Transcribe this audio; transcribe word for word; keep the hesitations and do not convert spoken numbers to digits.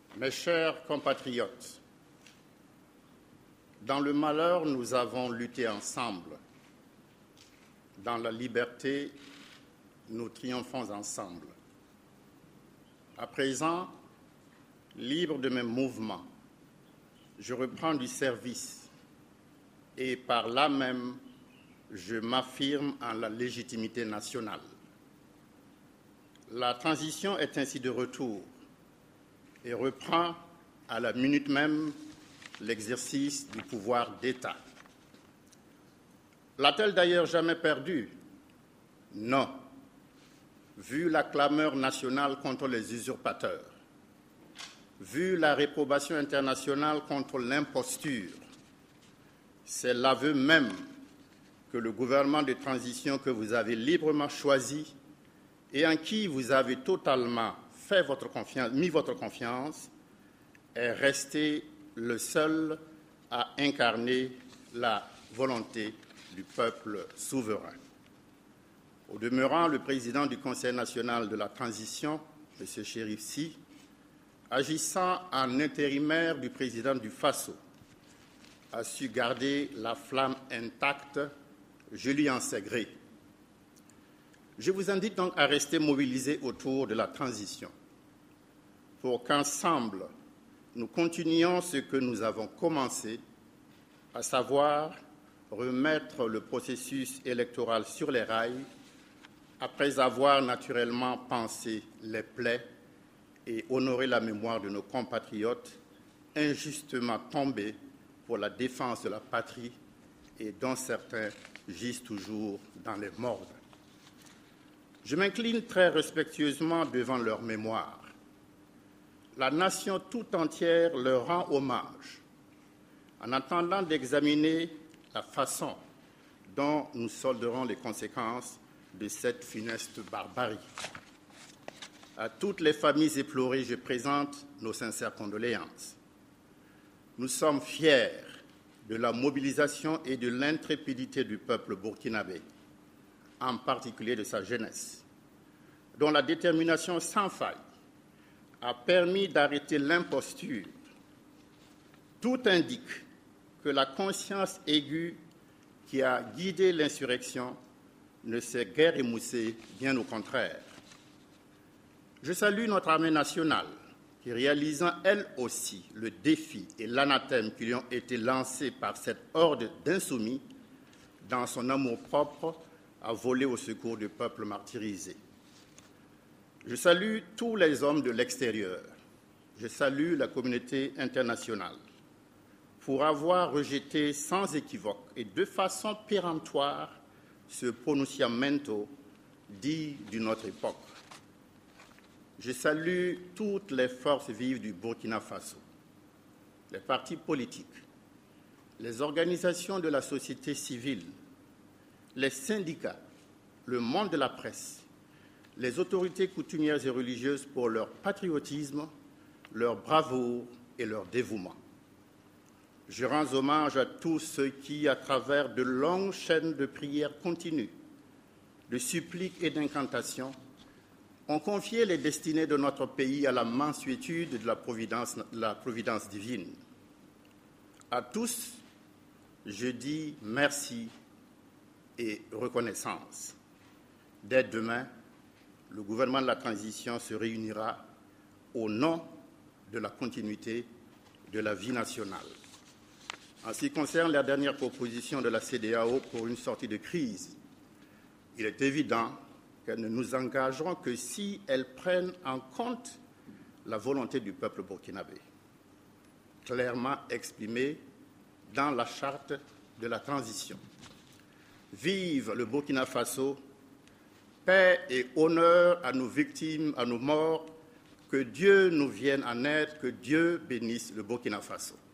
Mes chers compatriotes, dans le malheur, nous avons lutté ensemble. Dans la liberté, nous triomphons ensemble. À présent, libre de mes mouvements, je reprends du service et par là même, je m'affirme en la légitimité nationale. La transition est ainsi de retour et reprend à la minute même l'exercice du pouvoir d'État. L'a-t-elle d'ailleurs jamais perdu? Non. Vu la clameur nationale contre les usurpateurs, vu la réprobation internationale contre l'imposture, c'est l'aveu même que le gouvernement de transition que vous avez librement choisi et en qui vous avez totalement fait votre confiance, mis votre confiance, est resté le seul à incarner la volonté du peuple souverain. Au demeurant, le président du Conseil national de la transition, M. Chérif Sy, agissant en intérimaire du président du Faso, a su garder la flamme intacte, je lui en sais gré. Je vous invite donc à rester mobilisés autour de la transition pour qu'ensemble, nous continuions ce que nous avons commencé, à savoir remettre le processus électoral sur les rails après avoir naturellement pansé les plaies et honoré la mémoire de nos compatriotes injustement tombés pour la défense de la patrie et dont certains gisent toujours dans les morgues. Je m'incline très respectueusement devant leur mémoire. La nation tout entière leur rend hommage en attendant d'examiner la façon dont nous solderons les conséquences de cette funeste barbarie. À toutes les familles éplorées, je présente nos sincères condoléances. Nous sommes fiers de la mobilisation et de l'intrépidité du peuple burkinabé, en particulier de sa jeunesse, dont la détermination sans faille a permis d'arrêter l'imposture. Tout indique que la conscience aiguë qui a guidé l'insurrection ne s'est guère émoussée, bien au contraire. Je salue notre armée nationale qui, réalisant elle aussi le défi et l'anathème qui lui ont été lancés par cette horde d'insoumis, dans son amour-propre, a volé au secours du peuple martyrisé. Je salue tous les hommes de l'extérieur. Je salue la communauté internationale pour avoir rejeté sans équivoque et de façon péremptoire ce pronunciamento dit d'une autre époque. Je salue toutes les forces vives du Burkina Faso, les partis politiques, les organisations de la société civile, les syndicats, le monde de la presse, les autorités coutumières et religieuses pour leur patriotisme, leur bravoure et leur dévouement. Je rends hommage à tous ceux qui, à travers de longues chaînes de prières continues, de suppliques et d'incantations, ont confié les destinées de notre pays à la mansuétude de la providence, de la providence divine. À tous, je dis merci et reconnaissance. Dès demain, le gouvernement de la transition se réunira au nom de la continuité de la vie nationale. En ce qui concerne la dernière proposition de la C E D E A O pour une sortie de crise, il est évident qu'elles ne nous engageront que si elles prennent en compte la volonté du peuple burkinabé, clairement exprimée dans la charte de la transition. Vive le Burkina Faso, paix et honneur à nos victimes, à nos morts, que Dieu nous vienne en aide, que Dieu bénisse le Burkina Faso.